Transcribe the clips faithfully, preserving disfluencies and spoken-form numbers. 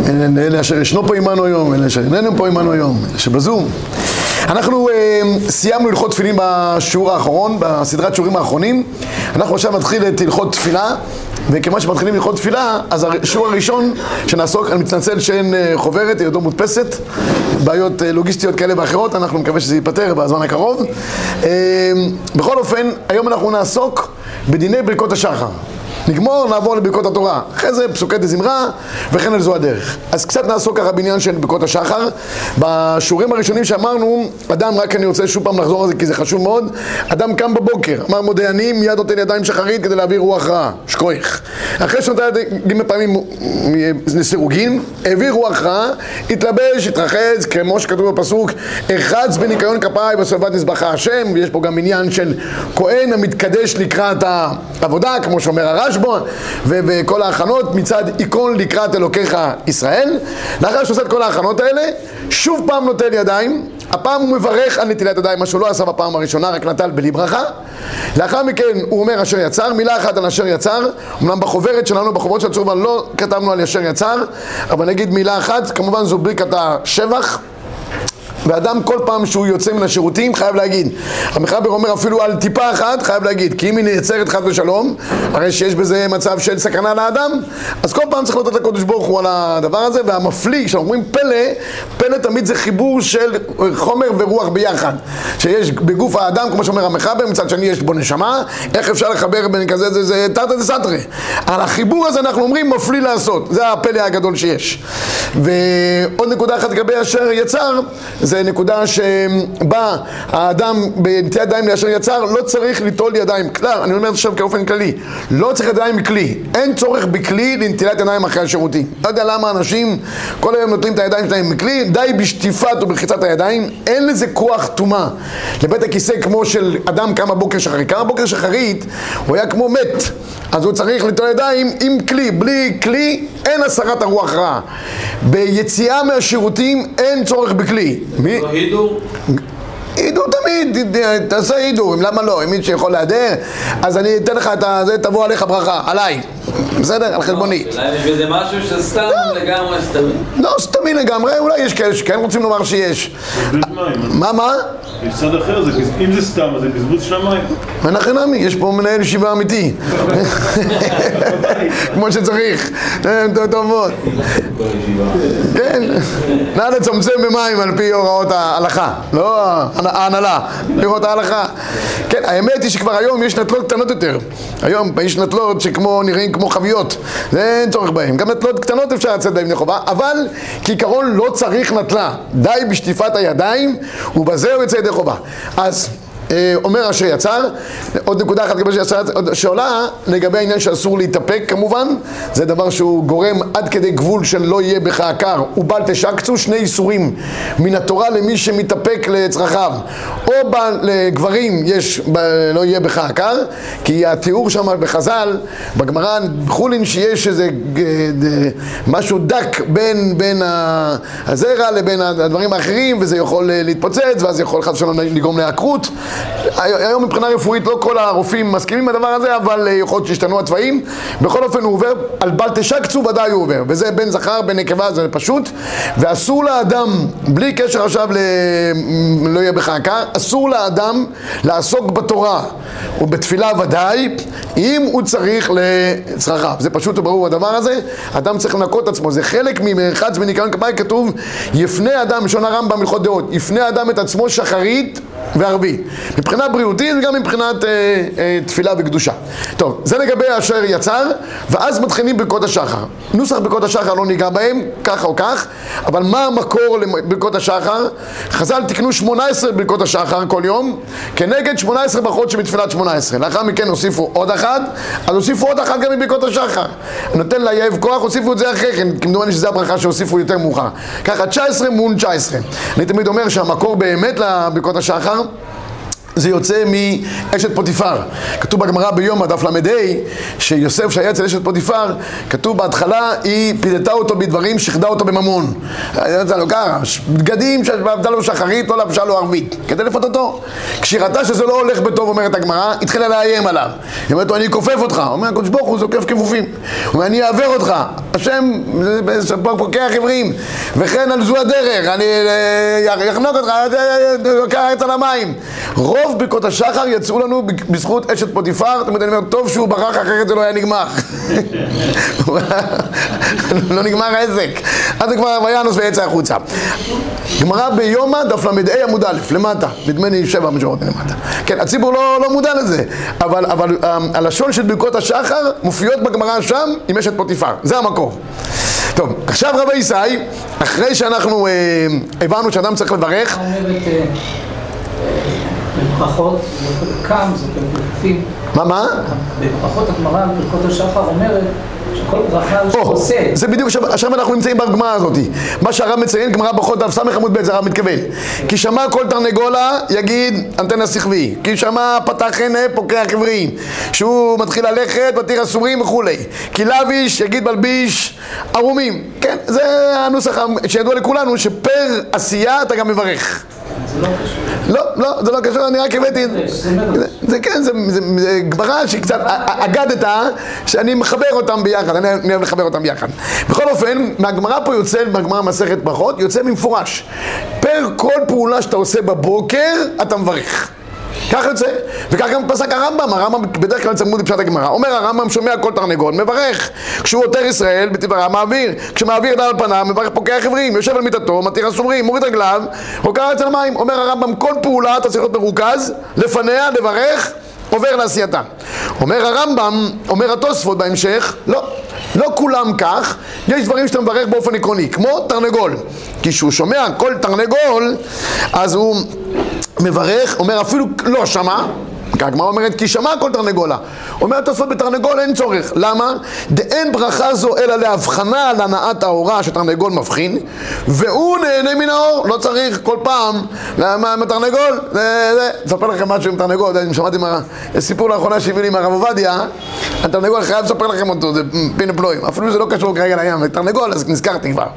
אלה אשר ישנו פה עמנו היום, אלה אשר איננו פה עמנו היום, אלה שבזום. אנחנו אה, סיימנו הלכות תפילין בשיעור האחרון, בסדרת שיעורים האחרונים. אנחנו עכשיו נתחיל את הלכות תפילה, וכמה שמתחילים הלכות תפילה, אז השיעור הראשון שנעסוק, אני מתנצל שאין אה, חוברת, היא עוד לא מודפסת, בעיות אה, לוגיסטיות כאלה ואחרות, אנחנו מקווה שזה ייפטר בזמן הקרוב. אה, בכל אופן, היום אנחנו נעסוק בדיני ברכות השחר. נגמור, נעבור לברכות התורה. אחרי זה פסוקי דזמרה, וכן על זו הדרך. אז קצת נעסוק ככה בעניין של ברכות השחר. בשיעורים הראשונים שאמרנו, אדם, רק אני רוצה שוב פעם לחזור על זה כי זה חשוב מאוד, אדם קם בבוקר, אמר מודה אני, מיד נותן ידיים שחרית כדי להעביר רוח רעה, שכוח. אחרי שנותן ידיים פעמים לסירוגין, העביר רוח רעה, התלבש, התרחץ, כמו שכתוב בפסוק, הרחץ בניקיון כפיים בסביבת נזבח השם, ויש פה גם עניין של כהן המתקדש לקראת העבודה, כמו שאומר הרש בו, וכל ההכנות מצד עיקרון לקראת אלוקיך ישראל. לאחר שעושה את כל ההכנות האלה, שוב פעם נוטל ידיים, הפעם הוא מברך על נטילת ידיים, מה שהוא לא עשה בפעם הראשונה, רק נטל בלי ברכה. לאחר מכן הוא אומר אשר יצר, מילה אחת על אשר יצר, אמנם בחוברת שלנו, בחוברות של הצהובה לא כתבנו על אשר יצר, אבל נגיד מילה אחת, כמובן זו ברכת השבח. ואדם כל פעם שהוא יוצא מן השירותים חייב להגיד, המחבר אומר אפילו על טיפה אחת חייב להגיד, כי אם היא נעצרת חס ושלום, הרי שיש בזה מצב של סכנה לאדם, אז כל פעם צריך לתת לקדוש ברוך הוא על הדבר הזה. והמפליא, כשאנחנו אומרים פלא, פלא תמיד זה חיבור של חומר ורוח ביחד, שיש בגוף האדם, כמו שאומר המחבר, מצד שני יש בו נשמה, איך אפשר לחבר בין כזה, זה, זה תרתי דסתרי. על החיבור הזה אנחנו אומרים מפליא לעשות, זה הפלא הגדול שיש. ועוד נקודה אחת לגבי אשר יצר, זה נקודה שבה האדם בנטילת ידיים לאשר יצר לא צריך ליטול ידיים כלל, אני אומר עכשיו כאופן כללי, לא צריך ידיים מכלי, אין צורך בכלי לנטילת ידיים אחרי השירותים. לא יודע למה אנשים כל היום נוטלים את הידיים שלהם מכלי, די בשטיפת ובלחיצת הידיים, אין לזה כוח טומאה לבית הכיסא כמו של אדם קם בבוקר שחרית. קם בבוקר שחרית הוא היה כמו מת, אז הוא צריך ליטול ידיים עם כלי, בלי כלי אין הסרת הרוח רעה. ביציאה מהשירותים אין צורך בכלי. מי? הידור? הידור תמיד, תעשה הידור, למה לא? אם מי שיכול להדר, אז אני אתן לך את זה, תבוא עליך ברכה, עליי, בסדר? על חשבוני. אולי יש בזה משהו שסתם לגמרי סתמי? לא סתמי לגמרי, אולי יש כאלה שכן רוצים לומר שיש. מה, מה? יש צד אחר, אם זה סתם, אז זה בזבוז של המים. מנחם נמי, יש פה מנהל ישיבה אמיתי. כמו שצריך. טוב מאוד. כן. נא לצמצם במים על פי הוראות ההלכה. לא ההנהלה, לראות ההלכה. כן, האמת היא שכבר היום יש נטלות קטנות יותר. היום יש נטלות שכמו נראים כמו חביות. זה אין צורך בהם. גם נטלות קטנות אפשר לצאת בהם לחובה, אבל כעיקרון לא צריך נטלה. די בשטיפת הידיים, ובזה הוא יצא ידי חובה. אז אומר אשר יצר, עוד נקודה אחת שעולה לגבי העניין שאסור להתאפק כמובן, זה דבר שהוא גורם עד כדי גבול של לא יהיה בך עקר ובל תשקצו, שני איסורים מן התורה למי שמתאפק לצרכיו, או לגברים יש לא יהיה בך עקר, כי התיאור שם בחז"ל, בגמרא חולין שיש איזה משהו דק בין, בין הזרע לבין הדברים האחרים, וזה יכול להתפוצץ ואז יכול חס ושלום לגרום לעקרות. היום מבחינה רפואית לא כל הרופאים מסכימים לדבר הזה, אבל יכול להיות שהשתנו הצבעים. בכל אופן הוא עובר, על בל תשקצו ודאי הוא עובר, וזה בין זכר בין נקבה, זה פשוט. ואסור לאדם, בלי קשר עכשיו ל... לא יהיה בך עקר, אסור לאדם לעסוק בתורה ובתפילה ודאי אם הוא צריך לצרכיו. זה פשוט וברור הדבר הזה. אדם צריך לנקות עצמו, זה חלק ממרחץ בניקיון כפיים. כתוב יפנה אדם, לשון הרמב"ם הלכות דעות, יפנה אדם את עצמו שחרית וערבית, מבחינה בריאותית וגם מבחינת אה, אה, תפילה וקדושה. טוב, זה לגבי אשר יצר, ואז מתחילים ברכות השחר. נוסח ברכות השחר לא ניגע בהם, כך או כך, אבל מה המקור לברכות השחר? חז"ל תקנו שמונה עשרה ברכות השחר כל יום, כנגד שמונה עשרה ברכות שבתפילת שמונה עשרה. לאחר מכן הוסיפו עוד אחת, אז הוסיפו עוד אחת גם מברכות השחר. נותן ליהב כוח, הוסיפו את זה אחרי כן, כמדומני שזו הברכה שהוסיפו יותר מאוחר. ככה תשע עשרה מול תשע עשרה. אני תמיד אומר שהמקור באמת לברכות השחר זה יוצא מאשת פוטיפר. כתוב בגמרא ביומא דף למד ה' שיוסף שהיה אצל אשת פוטיפר, כתוב בהתחלה היא פידתה אותו בדברים, שחדה אותו בממון. זה לא קרה, בגדים שעבדה לו שחרית, לא לבשה לו ערבית, כדי לפות אותו. כשהיא ראתה שזה לא הולך בטוב, אומרת הגמרא, התחילה לאיים עליו. היא אומרת לו, אני כופף אותך. אומר הקדוש ברוך הוא זוקף כפופים. הוא אומר, אני אעבר אותך. השם פוקח עברים, וכן על זו הדרך, אני יחנוק אותך, יוקח ארץ על המים. רוב ברכות השחר יצאו לנו בזכות אשת פוטיפר. אתם יודעים, טוב שהוא ברח, אחרת זה לא היה נגמר. לא נגמר העסק. אז זה כבר וינוס ויצא החוצה. גמרא ביומא דף למד ה' עמוד א', למטה, נדמה לי שבע משורות למטה. כן, הציבור לא, לא מודע לזה, אבל, אבל הלשון של ברכות השחר מופיעות בגמרא שם עם אשת פוטיפר. זה המקור. טוב, עכשיו רבי ישי, אחרי שאנחנו אה, הבנו שאדם צריך לברך, אומרת בברכות, קם, זה בברכות. מה, מה? בברכות הגמרא, בברכות השחר אומרת שכל ברכה שעושה. זה בדיוק, עכשיו אנחנו נמצאים בגמרא הזאת. מה שהרב מציין, גמרא ברכות דף סמך עמוד ב', זה הרב מתכוון. כי שמע כל תרנגולה, יגיד אנטנה שכבי. כי שמע פתח עיני, פוקח עברי. שהוא מתחיל ללכת, בתיר אסורים וכולי. כי לביש, יגיד בלביש ערומים. כן, זה הנוסח שידוע לכולנו, שפר עשייה אתה גם מברך. זה לא קשור. לא, לא, זה לא קשור, אני רק הבאתי את זה. זה כן, זה גמרא שקצת אגדת, שאני מחבר אותם ביחד, אני אוהב לחבר אותם ביחד. בכל אופן, מהגמרא פה יוצא, בגמרא מסכת ברכות, יוצא במפורש. פר כל פעולה שאתה עושה בבוקר, אתה מברך. כך יוצא, וכך גם פסק הרמב"ם, הרמב"ם בדרך כלל צמוד לפשט הגמרא. אומר הרמב"ם, שומע כל תרנגול, מברך. כשהוא עוטר ישראל, בטבעה מעביר. כשמעביר דל על פניו, מברך פוקח עברים, יושב על מיטתו, מתיר אסורים, מוריד רגליו, רוקע אצל מים. אומר הרמב"ם, כל פעולה אתה צריך להיות מרוכז, לפניה, לברך, עובר לעשייתה. אומר הרמב"ם, אומר התוספות בהמשך, לא, לא כולם כך, יש דברים שאתה מברך באופן עקרוני, כמו תרנגול. כי כשהוא שומע כל תרנגול, אז הוא מברך, אומר אפילו לא שמע, הגמרא אומרת כי שמע כל תרנגולה. אומר התוספות בתרנגול אין צורך. למה? דאין ברכה זו אלא להבחנה על הנעת האורה שתרנגול מבחין, והוא נהנה מן האור. לא צריך כל פעם מהתרנגול. אספר לכם משהו עם תרנגול. אני שמעתי סיפור לאחרונה שהביא לי מהרב עובדיה. התרנגול חייב לספר לכם אותו, זה פין פלואים. אפילו זה לא קשור כרגע לים. תרנגול, אז נזכרתי כבר.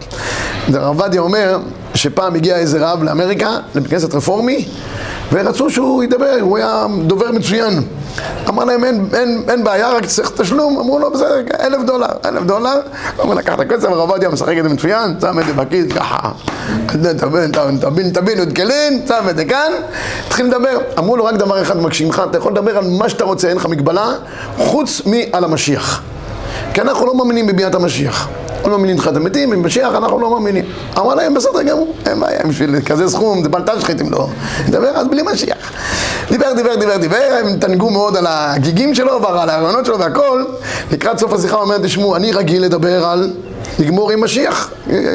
הרב עובדיה אומר שפעם הגיע איזה רב לאמריקה, לכנסת רפורמי, ורצו שהוא ידבר, הוא היה דובר מצוין. אמר להם, אין, אין, אין בעיה, רק צריך תשלום. אמרו לו, בסדר, אלף דולר, אלף דולר. הוא לקח את הכסף, הרב עובדיה משחק את זה מצוין, שם את זה בכיס, ככה. תבין, תבין, תבין, עוד כלין, שם את זה כאן, התחיל לדבר. אמרו לו, רק דבר אחד מקשימך, אתה יכול לדבר על מה שאתה רוצה, אין לך מגבלה, חוץ מעל המשיח. כי אנחנו לא מאמינים בביאת המשיח. לא מאמינים תחת המתים, במשיח אנחנו לא מאמינים. אמר להם, בסדר גמור, אין בעיה, בשביל כזה סכום, זה בלטה שחית אם לא. נדבר אז בלי משיח. דיבר, דיבר, דיבר, דיבר, הם תנגו מאוד על הגיגים שלו ועל הרעיונות שלו והכל. לקראת סוף השיחה הוא אומר, תשמעו, אני רגיל לדבר על לגמור עם משיח.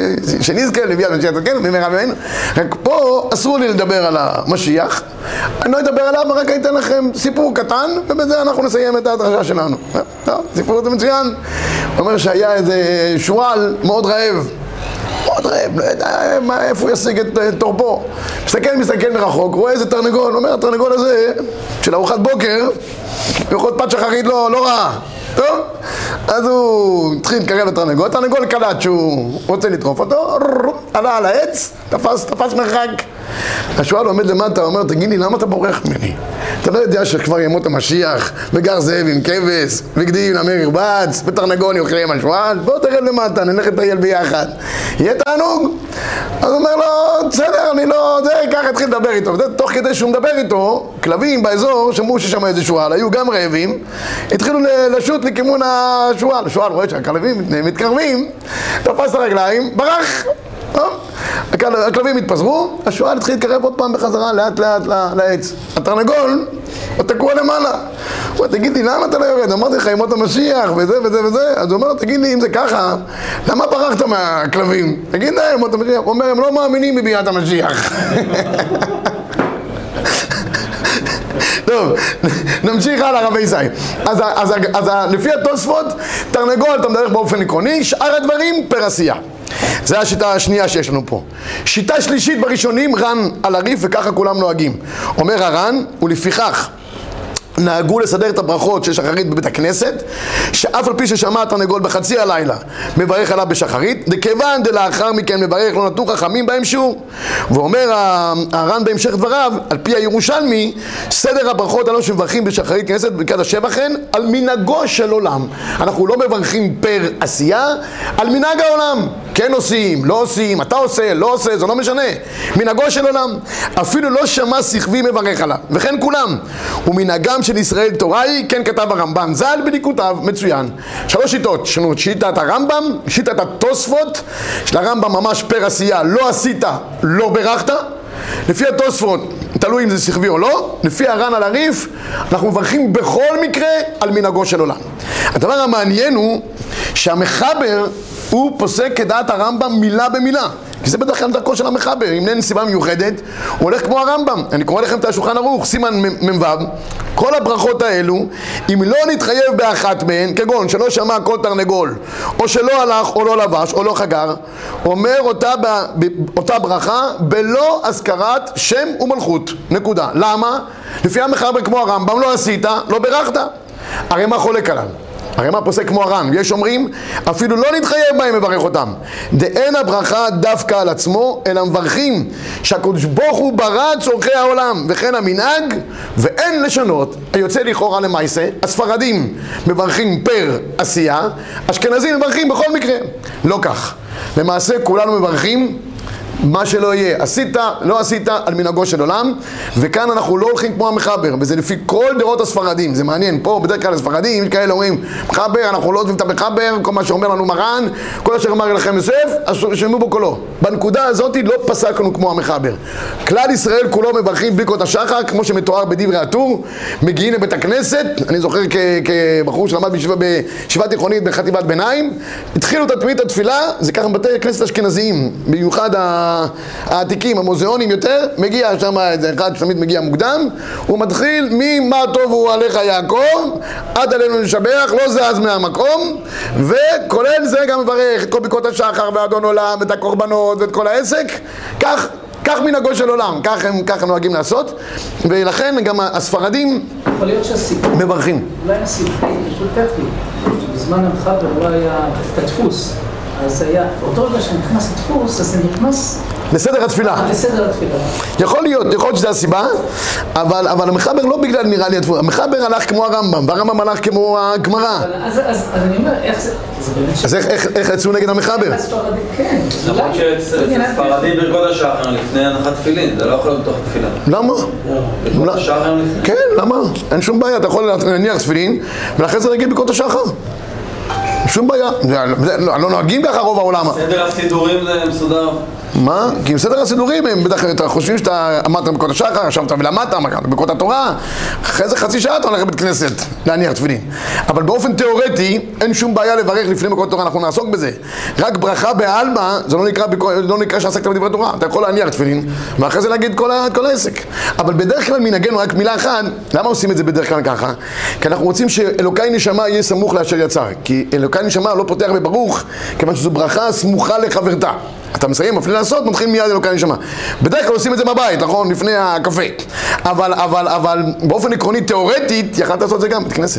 שנזכה לביאת משיח, כן, במהרה בימינו. רק פה אסור לי לדבר על המשיח. אני לא אדבר עליו, רק אני אתן לכם סיפור קטן, ובזה אנחנו נסיים את ההדרשה שלנו. טוב, סיפור זה מצוין. הוא אומר שהיה איזה שועל מאוד רעב. מאוד רעב, לא יודע איפה הוא ישיג את תורפו. מסתכל, מסתכל מרחוק, רואה איזה תרנגול. הוא אומר, התרנגול הזה, של ארוחת בוקר, יכול להיות פת שחרית לא, לא רע. טוב? אז הוא התחיל להתקרב לתרנגול, התרנגול קלט שהוא רוצה לטרוף אותו, עלה על העץ, תפס, תפס מרחק. השועל עומד למטה, הוא אומר, תגיד לי, למה אתה בורח ממני? אתה לא יודע שכבר ימות המשיח, וגר זאב עם כבש, וגדי למר ירבץ, ותרנגול יאכל עם השועל, בוא תרד למטה, נלך לטייל ביחד. יהיה תענוג. אז הוא אומר לו, בסדר, אני לא... זה, ככה התחיל לדבר איתו. וזה, תוך כדי שהוא מדבר איתו, כלבים באזור, שמעו ששמע איזה שועל, היו גם רעבים, התחילו לשוט לכיוון השועל. השועל רואה שהכלבים מתקרבים, תפס את הרגליים, ברח. הכלבים התפזרו, השועל התחיל להתקרב עוד פעם בחזרה לאט לאט לעץ. התרנגול, הוא תקוע למעלה. הוא אומר, תגיד לי, למה אתה לא יורד? אמרתי לך, ימות המשיח וזה וזה וזה. אז הוא אומר לו, תגיד לי, אם זה ככה, למה ברחת מהכלבים? תגיד להם, ימות המשיח. הוא אומר, הם לא מאמינים בביאת המשיח. טוב, נמשיך הלאה רבי ישי. אז, אז, אז לפי התוספות, תרנגול אתה מדרך באופן עקרוני, שאר הדברים פר עשייה. זו השיטה השנייה שיש לנו פה. שיטה שלישית בראשונים, ר"ן על הריף, וככה כולם נוהגים. אומר הר"ן, ולפיכך נהגו לסדר את הברכות של שחרית בבית הכנסת, שאף על פי ששמע התרנגול בחצי הלילה מברך עליו בשחרית, וכיוון דלאחר מכן מברך לא נתנו חכמים בהם שיעור. ואומר הר"ן בהמשך דבריו, על פי הירושלמי, סדר הברכות הללו שמברכים בשחרית כנסת ברכת השבח הן על מנהגו של עולם. אנחנו לא מברכים פר עשייה, על מנהג העולם. כן עושים, לא עושים, אתה עושה, לא עושה, זה לא משנה. מנהגו של עולם. אפילו לא שמע שכבי מברך עליו. וכן כולם. ומנהגם של ישראל תורה היא, כן כתב הרמב"ן ז"ל בליקוטיו, מצוין. שלוש שיטות, יש לנו שיטת הרמב"ם, שיטת התוספות, של הרמב"ם ממש פר עשייה, לא עשית, לא ברכת. לפי התוספות, תלוי אם זה שכבי או לא, לפי הר"ן על הריף, אנחנו מברכים בכל מקרה על מנהגו של עולם. הדבר המעניין הוא שהמחבר הוא פוסק כדעת הרמב"ם מילה במילה, כי זה בדרך כלל דרכו של המחבר. אם אין סיבה מיוחדת, הוא הולך כמו הרמב"ם. אני קורא לכם את השולחן ערוך, סימן מ"ו. כל הברכות האלו, אם לא נתחייב באחת מהן, כגון שלא שמע כל תרנגול, או שלא הלך, או לא לבש, או לא חגר, אומר אותה, ב, אותה ברכה בלא הזכרת שם ומלכות. נקודה. למה? לפי המחבר כמו הרמב"ם, לא עשית, לא ברכת. הרי מה חולק עליו? הרי מה פוסק כמו הר"ן? יש אומרים, אפילו לא נתחייב בהם מברך אותם. דאין הברכה דווקא על עצמו, אלא מברכים שהקדוש ברוך הוא ברא צורכי העולם, וכן המנהג, ואין לשנות. היוצא לכאורה למעשה, הספרדים מברכים פר עשייה, אשכנזים מברכים בכל מקרה. לא כך. למעשה כולנו מברכים מה שלא יהיה, עשית, לא עשית, על מנהגו של עולם. וכאן אנחנו לא הולכים כמו המחבר, וזה לפי כל דעות הספרדים. זה מעניין, פה בדרך כלל הספרדים כאלה אומרים מחבר, אנחנו לא עוזבים את המחבר, כל מה שאומר לנו מרן, כל אשר אמר לכם יוסף, אז שמעו בו קולו. בנקודה הזאת לא פסקנו כמו המחבר. כלל ישראל כולו מברכים ברכות השחר, כמו שמתואר בדברי הטור. מגיעים לבית הכנסת, אני זוכר כבחור שלמד בישיבה, בישיבה תיכונית בחטיבת ביניים, התחילו את תמיד התפילה, זה ככה בבתי הכנסת אשכנזיים, במיוחד העתיקים, המוזיאונים יותר, מגיע שם אחד שתמיד מגיע מוקדם, הוא מתחיל ממה טוב הוא עליך יעקב עד עלינו לשבח, לא זז מהמקום, וכולל זה גם מברך את כל ברכות השחר ואדון עולם ואת הקורבנות ואת כל העסק. כך כך מנהגו של עולם, כך הם, כך הם נוהגים לעשות, ולכן גם הספרדים יכול להיות שהסיפור מברכים. אולי הסיפור פשוט טכני, שבזמן המחבר לא היה את הדפוס, אז היה, אותו רגע שנכנס לדפוס, אז זה נכנס לסדר התפילה. לסדר התפילה. יכול להיות, יכול להיות שזה הסיבה, אבל, אבל המחבר לא בגלל נראה לי הדפוס. המחבר הלך כמו הרמב"ם, והרמב"ם הלך כמו הגמרא. אז, אז, אז אני אומר, איך זה... אז איך, איך, איך יצאו נגד המחבר? כן. נכון שספרדי ברכות השחר לפני הנחת תפילין, זה לא יכול להיות בתוך תפילה. למה? ברכות השחר לפני? כן, למה? אין שום בעיה, אתה יכול להניח תפילין, ולאחרי זה להגיד ברכות השחר. שום בעיה, לא נוהגים ככה רוב העולם. סדר הסידורים זה מסודר? מה? כי עם סדר הסידורים הם בטח חושבים שאתה אמרת ברכות השחר, ישבת ולמדת, ברכות התורה, אחרי זה חצי שעה אתה הולך לבית כנסת להניח תפילין. אבל באופן תיאורטי אין שום בעיה לברך לפני ברכות התורה, אנחנו נעסוק בזה. רק ברכה בעלמא, זה לא נקרא, לא נקרא שעסקת בדברי תורה, אתה יכול להניח תפילין ואחרי זה להגיד כל, כל העסק. אבל בדרך כלל מנהגנו רק מילה אחת. למה עושים את זה בדרך כלל ככה? כי אנחנו רוצים שאלוקי נשמה יהיה סמוך לאשר יצר, כי אלוקי נשמה לא פותח בברוך, כיוון שזו ברכה סמוכה לחברתה. אתה מסיים, מפליל לעשות, מתחיל מיד אלוקי נשמה. בדרך כלל עושים את זה בבית, נכון? לפני הקפה. אבל, אבל, אבל באופן עקרוני, תיאורטית, יכולת לעשות את זה גם, בית כנסת.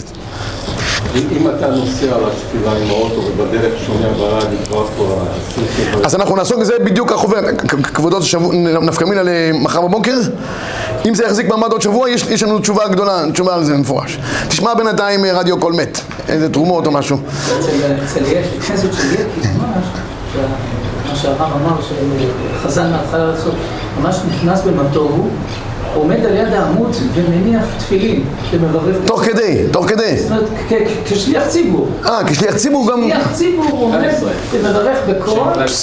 אם אתה נוסע על התפילה עם האוטו ובדרך שומע ברדיו כבר פה הסרטים... אז אנחנו נעסוק בזה בדיוק החובר. כבודות נפקא מינה למחר בבוקר. אם זה יחזיק מעמד עוד שבוע, יש, יש לנו תשובה גדולה, תשובה על זה מפורש. תשמע בינתיים רדיו קול מת, איזה תרומות או משהו. אצל יש, בכנסת של יקיס, ממש, מה שהרב אמר, שחזן מהתחלה לעשות, ממש נכנס במטורו, עומד על יד העמוד ומניח תפילין ומברך. תוך כדי, תוך כדי. זאת אומרת, כשליח ציבור. אה, כשליח ציבור גם... כשליח ציבור הוא עומד ומברך בקול,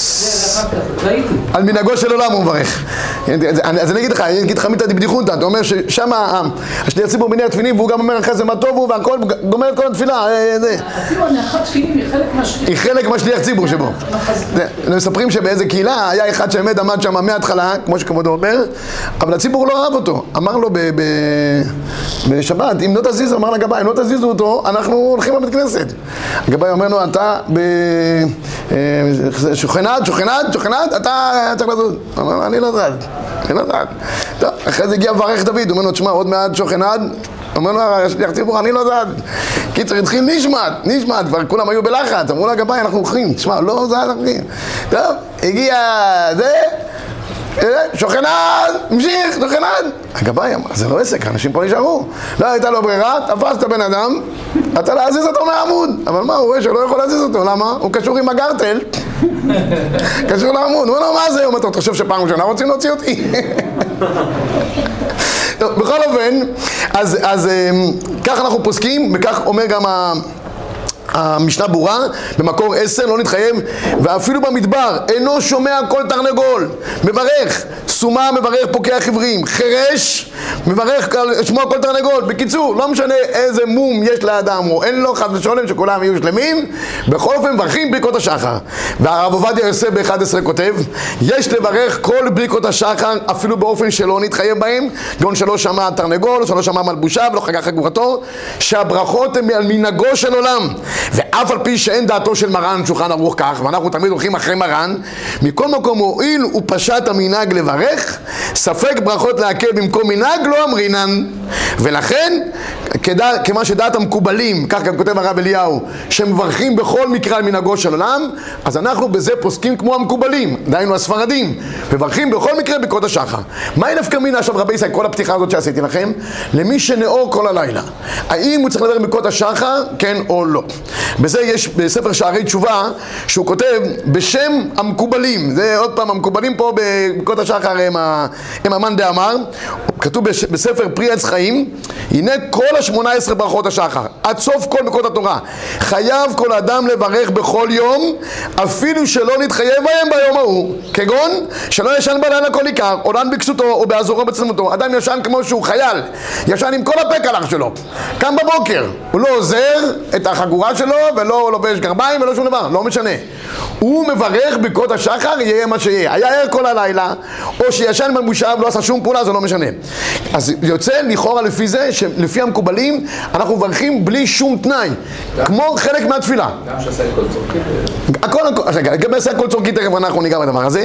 ראיתי. על מנהגו של עולם הוא מברך. אז אני אגיד לך, אני אגיד לך מיתא דבדיחותא, אתה אומר ששם השליח ציבור מניח תפילין והוא גם אומר אחרי זה מה טוב הוא והכל, גומר את כל התפילה. אפילו הנחת תפילין היא חלק מהשליח. היא חלק מהשליח ציבור שבו. מספרים שבאיזה קהילה היה אחד שעמד עמד שם מההתחלה, כמו שכבודו אומר, אבל הציבור לא אהב אותו. אותו. אמר לו ב- ב- בשבת, אם לא תזיזו, אמר לגבאי, אם לא תזיזו אותו, אנחנו הולכים לבית כנסת. הגבאי אומר לו, אתה ב... שוכנד, שוכנד, שוכנד, אתה צריך לזוז. אמר לו, אני לא זז, אני לא זז. טוב, אחרי זה הגיע מברך דוד, הוא אומר לו, תשמע, עוד מעט שוכנד, אומר לו, השליח ציבור, אני לא זז. קיצר, התחיל נשמט, נשמט, כבר כולם היו בלחץ, אמרו לה, גבאי, אנחנו הולכים, תשמע, לא זז, אנחנו הולכים. טוב, הגיע זה, שוכנד, המשיך, שוכנד. הגבאי אמר, זה לא עסק, אנשים פה נשארו. לא הייתה לו ברירה, תפסת בן אדם, אתה להזיז אותו מהעמוד. אבל מה, הוא רואה שלא יכול להזיז אותו, למה? הוא קשור עם הגרטל, קשור לעמוד. הוא אומר, מה זה? הוא אומר, אתה חושב שפעם ראשונה רוצים להוציא אותי? טוב, בכל אופן, אז, אז כך אנחנו פוסקים, וכך אומר גם ה... המשנה ברורה, במקור עשר, לא נתחייב, ואפילו במדבר, אינו שומע כל תרנגול, מברך, סומה מברך פוקח עברים, חרש, מברך שמוע כל תרנגול. בקיצור, לא משנה איזה מום יש לאדם, או אין לו חס ושלום שכולם יהיו שלמים, בכל אופן מברכים ברכות השחר. והרב עובדיה יוסף ב-אחד עשר כותב, יש לברך כל ברכות השחר, אפילו באופן שלא נתחייב בהם, גאון שלא שמע תרנגול, שלא שמע מלבושה, ולא חגה חגורתו, שהברכות הן על מנהגו של עולם. ואף על פי שאין דעתו של מרן שולחן ערוך כך, ואנחנו תמיד הולכים אחרי מרן, מכל מקום הועיל ופשט המנהג לברך, ספק ברכות להקל במקום מנהג לא אמרינן. ולכן, כדע, כמה שדעת המקובלים, כך גם כותב הרב אליהו, שמברכים בכל מקרה על מנהגו של עולם, אז אנחנו בזה פוסקים כמו המקובלים, דהיינו הספרדים, מברכים בכל מקרה ברכות השחר. מהי נפקא מינה עכשיו רבי ישראל, כל הפתיחה הזאת שעשיתי לכם, למי שנאור כל הלילה, האם הוא צריך לדבר ברכות השחר, כן או לא? בזה יש בספר שערי תשובה שהוא כותב בשם המקובלים, זה עוד פעם המקובלים פה בברכות השחר הם, הם המאן דאמר, כתוב בספר פרי עץ חיים, הנה כל השמונה עשרה ברכות השחר עד סוף כל ברכות התורה חייב כל אדם לברך בכל יום, אפילו שלא נתחייב בהם ביום ההוא, כגון שלא ישן בלילה כל עיקר, עולן בכסותו או בעזורו בצלמותו. אדם ישן כמו שהוא חייל, ישן עם כל הפה קלח שלו, קם בבוקר, הוא לא עוזר את החגורה שלו ולא לובש גרביים ולא שום דבר, לא משנה, הוא מברך ברכות השחר, יהיה מה שיהיה, היה ער כל הלילה או שישן במושב, לא עשה שום פעולה, זה לא משנה. אז יוצא לכאורה לפי זה, שלפי המקובלים אנחנו מברכים בלי שום תנאי, כמו חלק מהתפילה. גם שעשה את כל צורכי? הכל, רגע, גם עשה את כל צורכי, תכף אנחנו ניגע בדבר הזה.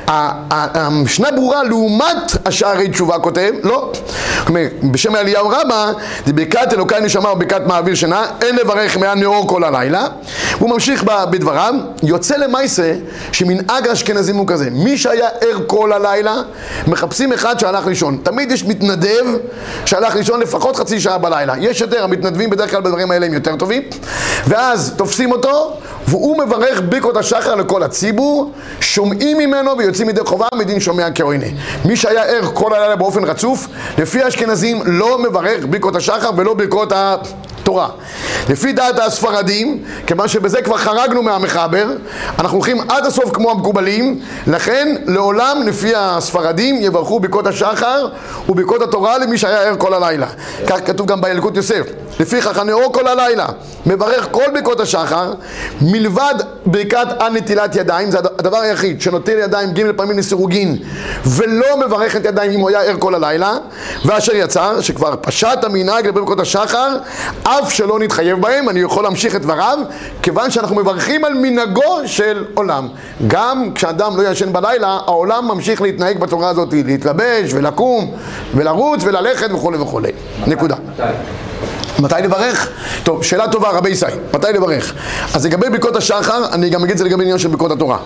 המשנה ברורה לעומת השערי תשובה כותב, לא, בשם אליהו רבה, ברכת אלוקי נשמה וברכת מעביר שינה, אין לברך מהנאור כל הלילה. הוא ממשיך בדבריו, יוצא למעשה שמנהג האשכנזים הוא כזה, מי שהיה ער כל הלילה, מחפשים אחד שהלך לישון. תמיד יש מתנדב שהלך לישון לפחות חצי שעה בלילה. יש יותר, המתנדבים בדרך כלל בדברים האלה הם יותר טובים. ואז תופסים אותו, והוא מברך ברכות השחר לכל הציבור, שומעים ממנו ויוצאים ידי חובה, מדין שומע כעוינה. מי שהיה ער כל הלילה באופן רצוף, לפי האשכנזים לא מברך ברכות השחר ולא ברכות התורה. לפי דעת הספרדים, כיוון שבזה כבר חרגנו מהמחבר, אנחנו הולכים עד הסוף כמו המקובלים, לכן לעולם לפי הספרדים יברכו ברכות השחר וברכות התורה למי שהיה ער כל הלילה. כך כתוב גם בילקוט יוסף, לפיכך הנאור כל הלילה מברך כל ברכות השחר, מלבד ברכת על נטילת ידיים, זה הדבר היחיד שנוטל ידיים ג' פעמים לסירוגין ולא מברך את ידיים אם הוא היה ער כל הלילה, ואשר יצר שכבר פשט המנהג לברכות השחר אף שלא נתחייב בהם. אני יכול להמשיך את דבריו, כיוון שאנחנו מברכים על מנהגו של עולם. גם כשאדם לא ישן בלילה, העולם ממשיך להתנהג בצורה הזאת, להתלבש ולקום ולרוץ וללכת וכו' וכו'. נקודה. מתי לברך? טוב, שאלה טובה רבי ישראל, מתי לברך? אז לגבי ברכות השחר, אני גם אגיד את זה לגבי עניין של ברכות התורה.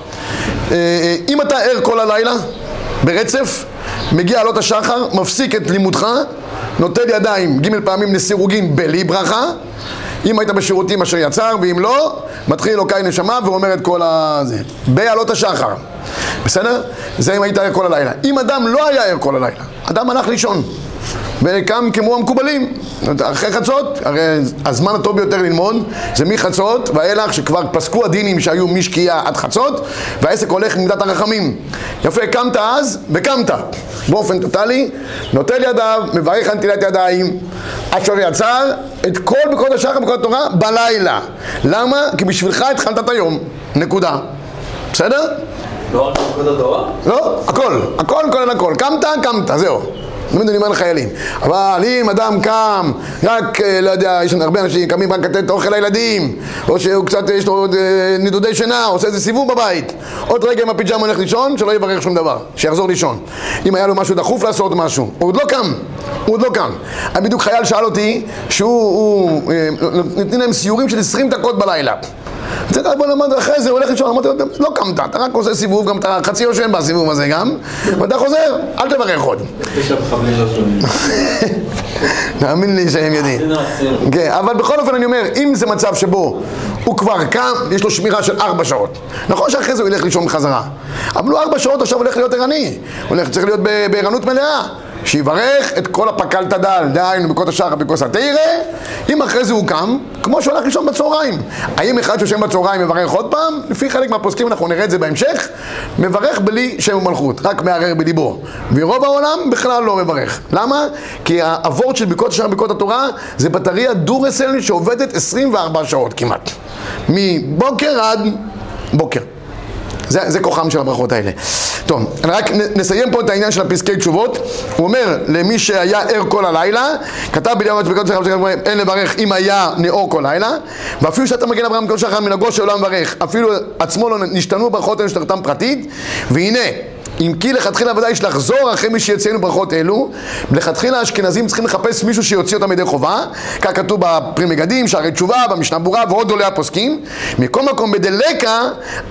אם אתה ער כל הלילה ברצף, מגיע עלות השחר, מפסיק את לימודך, נוטל ידיים ג' פעמים לסירוגין בלי ברכה, אם היית בשירותים אשר יצר, ואם לא, מתחיל אלוקי נשמה ואומר את כל הזה בעלות השחר. בסדר? זה אם היית ער כל הלילה. אם אדם לא היה ער כל הלילה, אדם הלך לישון וקם כמו המקובלים אחרי חצות, הרי הזמן הטוב ביותר ללמוד זה מחצות ואילך, שכבר פסקו הדינים שהיו משקיעה עד חצות, והעסק הולך ממידת הרחמים. יפה, קמת אז וקמת באופן טוטלי, נוטל ידיו, מברך על נטילת ידיים, אשר יצר את כל ברכות השחר וברכות התורה בלילה. למה? כי בשבילך התחלת את היום, נקודה. בסדר? לא רק ברכות התורה? לא, הכל, הכל כולל הכל, קמת, קמת, זהו. תמיד אני אומר לחיילים, אבל אם אדם קם, רק, לא יודע, יש לנו הרבה אנשים קמים רק לתת אוכל לילדים, או שהוא קצת, יש לו עוד נדודי שינה, עושה איזה סיבוב בבית, עוד רגע עם הפיג'מה הולך לישון, שלא יברך שום דבר, שיחזור לישון. אם היה לו משהו דחוף לעשות משהו, הוא עוד לא קם, הוא עוד לא קם. בדיוק חייל שאל אותי, שהוא, נותנים להם סיורים של עשרים דקות בלילה. זה בוא נאמר אחרי זה, הוא הולך לישון, אמרתי לו, לא קמת, אתה רק עושה סיבוב, גם אתה חצי יושן בסיבוב הזה גם, ואתה חוזר, אל תברך עוד. יש חמלים לא שונים. תאמין לי שהם יודעים. אבל בכל אופן אני אומר, אם זה מצב שבו הוא כבר קם, יש לו שמירה של ארבע שעות. נכון שאחרי זה הוא ילך לישון בחזרה, אבל הוא ארבע שעות עכשיו הולך להיות ערני, הוא צריך להיות בערנות מלאה. שיברך את כל הפקלת דל, דהיינו בקות השחר בקוס התירה, אם אחרי זה הוא קם, כמו שהוא הולך לישון בצהריים. האם אחד שיושן בצהריים מברך עוד פעם? לפי חלק מהפוסקים, אנחנו נראה את זה בהמשך, מברך בלי שם ומלכות, רק מערער בליבו. ורוב העולם בכלל לא מברך. למה? כי העבוד של בקות השחר בקות התורה זה בטריה דורסל שעובדת עשרים וארבע שעות כמעט. מבוקר עד בוקר. זה, זה כוחם של הברכות האלה. טוב, רק נסיים פה את העניין של הפסקי תשובות. הוא אומר, למי שהיה ער כל הלילה, כתב בלילה שבקות שחר אין לברך אם היה נאור כל לילה, ואפילו שאתה מגן אברהם בקות שחר מנהגו שלא מברך, אפילו עצמו לא נשתנו ברכות האלה שתחתם פרטית, והנה, אם כי לכתחילה ודאי יש לחזור אחרי מי שיציינו ברכות אלו, לכתחילה האשכנזים צריכים לחפש מישהו שיוציא אותם ידי חובה, כך כתוב בפרי מגדים, שערי תשובה, במשנה ברורה ועוד גדולי הפוסקים. מכל מקום בדלקה,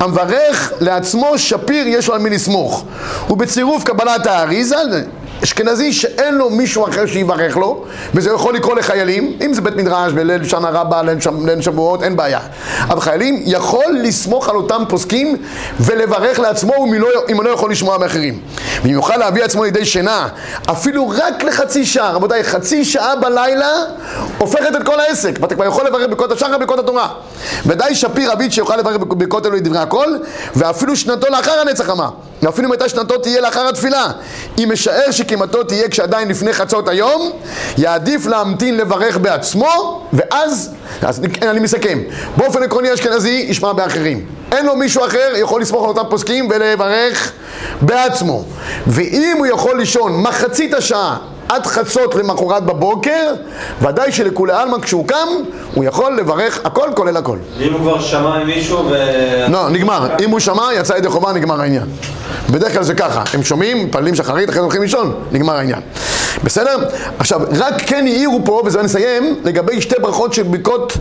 המברך לעצמו שפיר יש לו על מי לסמוך, ובצירוף קבלת האריזה, אשכנזי שאין לו מישהו אחר שיברך לו, וזה יכול לקרוא לחיילים, אם זה בית מדרש, בליל שנה רבה, ליל שבועות, אין בעיה. אבל חיילים יכול לסמוך על אותם פוסקים ולברך לעצמו אם הוא לא יכול לשמוע מאחרים. ואם יוכל להביא עצמו לידי שינה, אפילו רק לחצי שעה, רבותיי, חצי שעה בלילה הופכת את כל העסק, ואתה כבר יכול לברך בקות השחר ובקות התורה. ודאי שפיר אביד שיוכל לברך בקות אלו לדברי הכל, ואפילו שנתו לאחר הנצח חמה. ואפילו מתי שנתו תהיה לאחר התפילה. אם משער שקימתו תהיה כשעדיין לפני חצות היום, יעדיף להמתין לברך בעצמו, ואז, אז אני מסכם, באופן עקרוני אשכנזי ישמע באחרים. אין לו מישהו אחר, יכול לסמוך על אותם פוסקים ולברך בעצמו. ואם הוא יכול לישון מחצית השעה עד חצות למחרת בבוקר, ודאי שלכולי עלמא כשהוא קם, הוא יכול לברך הכל כולל הכל. אם הוא כבר שמע עם מישהו ו... לא, נגמר. אם הוא שמע, יצא ידי חובה, נגמר העניין. בדרך כלל זה ככה, הם שומעים, מתפללים שחרית, אחרי זה הולכים לישון, נגמר העניין. בסדר? עכשיו, רק כן העירו פה, וזה נסיים, לגבי שתי ברכות של ברכות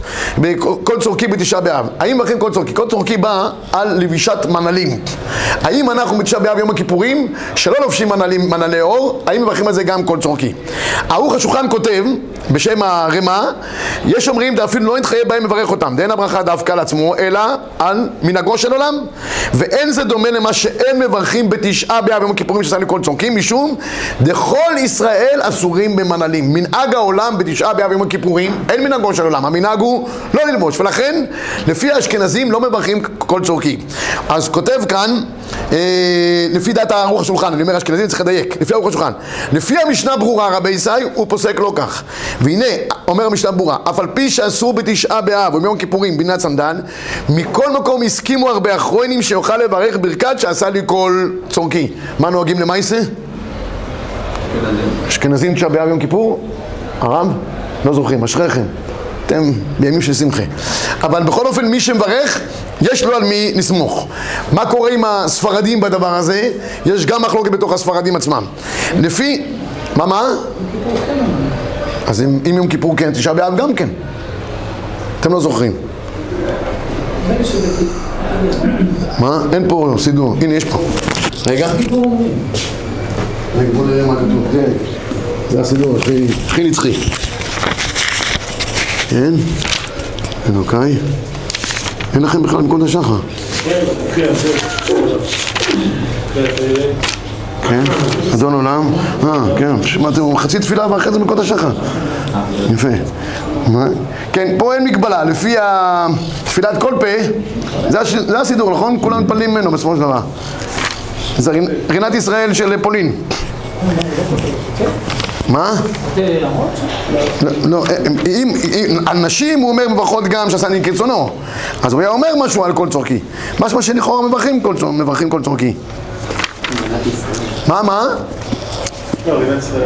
כל צורכי בתשעה באב. האם מברכים כל צורכי? כל צורכי בא על לבישת מנהלים. האם אנחנו בתשעה באב יום הכיפורים, שלא לובשים מנהלים, מנהלי אור, האם מברכים על זה גם כל צורכי? ערוך השולחן כותב, בשם הרמה, יש אומרים, אפילו לא נתחייב בהם מברך אותם, דאין הברכה דווקא על עצמו, אלא על מנהגו של עולם. ואין זה דומה למה שאין מברכים בתשעה באב יום הכיפורים שעשה לכל צורכי, משום דכל ישראל אסורים במנהלים. מנהג העולם בתשעה באב יום הכיפורים, אין מנהגו של עולם, המנהג הוא לא ללבוש, ולכן לפי האשכנזים לא מברכים כל צורכי. אז כותב כאן, אה, לפי דעת ערוך השולחן, אני אומר אשכנזים צריך לדייק, לפי ערוך השולחן, לפי המשנה ברורה רבי ישי הוא פוסק לא כך. והנה אומר המשנה ברורה, אף על פי שאסור בתשעה באב ויום הכיפורים בינת סנדל, מכל מקום הסכימו הרבה אחרונים שיוכל לברך ברכת שעשה לי כל צורכי. מה נוהגים למעשה? אשכנזים תשעה באב יום כיפור? הרב? לא זוכרים, אשריכם, אתם בימים של שמחה. אבל בכל אופן מי שמברך יש לו על מי לסמוך. מה קורה עם הספרדים בדבר הזה? יש גם מחלוקת בתוך הספרדים עצמם. לפי... מה מה? אז אם, אם יום כיפור כן, תשעה באב גם כן. אתם לא זוכרים. מה? אין פה סידור. הנה יש פה. רגע. רגע, בוא נראה מה כתוב. כן. זה הסידור, הכי נצחי. כן? אלוקיי. אין לכם בכלל בקות השחר. כן, כן. כן? אדון עולם? אה, כן. שמעתם, חצי תפילה ואחרי זה בקות השחר. יפה. מה? כן, פה אין מגבלה. לפי תפילת כל פה, זה הסידור, נכון? כולם מתפללים ממנו בסופו של דבר. זה רינת ישראל של פולין. מה? לא, אם על נשים הוא אומר מברכות גם שעשה לי כרצונו, אז הוא היה אומר משהו על כל צורכי, משהו שלכאורה מברכים כל צורכי. מה, מה? לא, רינת ישראל.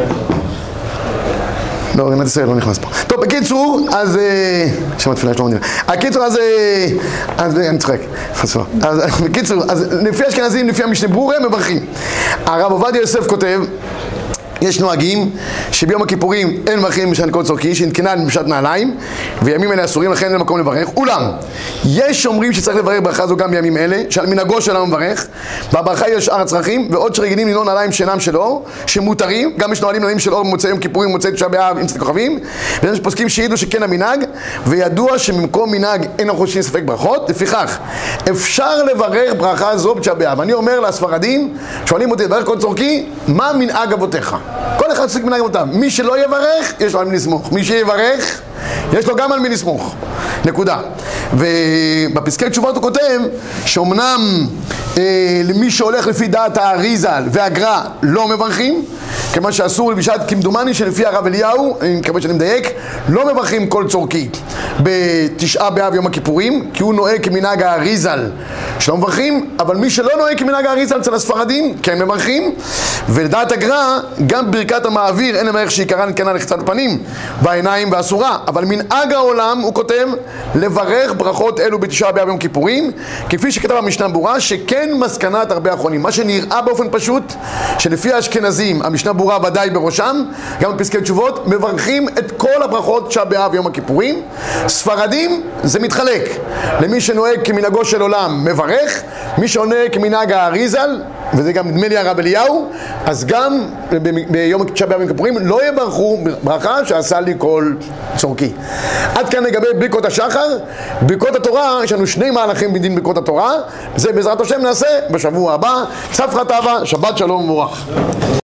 לא, רינת ישראל לא נכנס פה. טוב, בקיצור, אז... שם התפילה שלא מדינה. הקיצור, אז... אז אני צוחק. אז בקיצור, אז לפי אשכנזים, לפי המשנה ברורה, מברכים. הרב עובדיה יוסף כותב, יש נוהגים שביום הכיפורים אין מברכים בשעת כל צורכי, שנתקנה בשעת נעליים, וימים אלה אסורים, לכן אין מקום לברך. אולם, יש אומרים שצריך לברך ברכה זו גם בימים אלה, שעל מנהגו שלנו מברך, בברכה יש שאר הצרכים, ועוד שרגילים לנעול נעליים שאינם של אור, שמותרים, גם יש נועלים נעליים של אור במוצאי יום כיפורים, במוצאי תשעה באב עם צאת כוכבים, ויש פוסקים שידעו שכן המנהג, וידוע שממקום מנהג אין חושבים ספק ברכות, לפיכך, אפשר לברך ברכה זו בתשעה באב. אני אומר לספרדים, שואלים אותי לברך כל צורכי, מה מנהג אבותיך? כל אחד צריך מנהג אותם. מי שלא יברך, יש לו על מי לסמוך. מי שיברך, יש לו גם על מי לסמוך. נקודה. ובפסקי תשובות הוא כותב שאומנם אה, למי שהולך לפי דעת האריז"ל והגר"א לא מברכים, כמה שאסור בשעת כמדומני שלפי הרב אליהו, אני מקווה שאני מדייק, לא מברכים כל צורכי בתשעה באב יום הכיפורים, כי הוא נוהג כמנהג האריז"ל שלא מברכים, אבל מי שלא נוהג כמנהג האריז"ל אצל הספרדים, כן מברכים. ולדעת הגר"א, גם ברכת המעביר אין למערך שעיקרה נתקנה לחיצת הפנים והעיניים ואסורה, אבל מנהג העולם, הוא כותב, לברך ברכות אלו בתשעה באב יום כיפורים, כפי שכתב המשנה ברורה, שכן מסקנת הרבה האחרונים. מה שנראה באופן פשוט, שלפי האשכנזים, המשנה ברורה ודאי בראשם, גם בפסקי תשובות, מברכים את כל הברכות תשעה באב יום הכיפורים. ספרדים, זה מתחלק. למי שנוהג כמנהגו של עולם, מברך. מי שנוהג כמנהג האריז"ל, וזה גם נדמה לי הרב אליהו, אז גם ביום תשעה באב יום כיפורים לא יברכו ברכה שעשה לי כל צורכי. עד כאן לגבי ברכות השחר. ברכות התורה, יש לנו שני מהלכים בדין ברכות התורה, זה בעזרת השם נעשה בשבוע הבא. צפחא טבא, שבת שלום ומבורך.